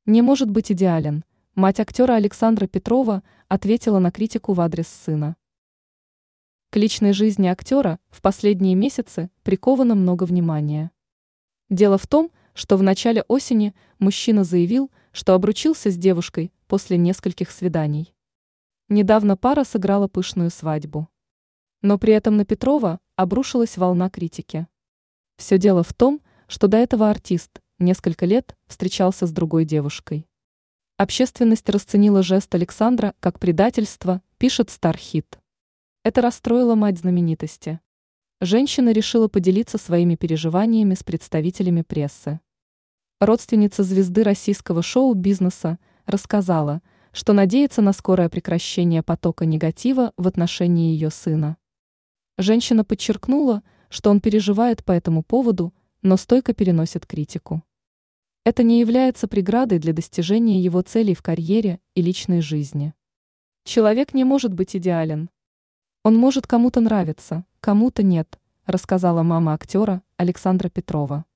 Не может быть идеален. Мать актера Александра Петрова ответила на критику в адрес сына. К личной жизни актера в последние месяцы приковано много внимания. Дело в том, что в начале осени мужчина заявил, что обручился с девушкой после нескольких свиданий. Недавно пара сыграла пышную свадьбу. Но при этом на Петрова обрушилась волна критики. Все дело в том, что до этого артист несколько лет встречался с другой девушкой. Общественность расценила жест Александра как предательство, пишет Стархит. Это расстроило мать знаменитости. Женщина решила поделиться своими переживаниями с представителями прессы. Родственница звезды российского шоу-бизнеса рассказала, что надеется на скорое прекращение потока негатива в отношении ее сына. Женщина подчеркнула, что он переживает по этому поводу, но стойко переносит критику. Это не является преградой для достижения его целей в карьере и личной жизни. Человек не может быть идеален. Он может кому-то нравиться, кому-то нет, рассказала мама актера Александра Петрова.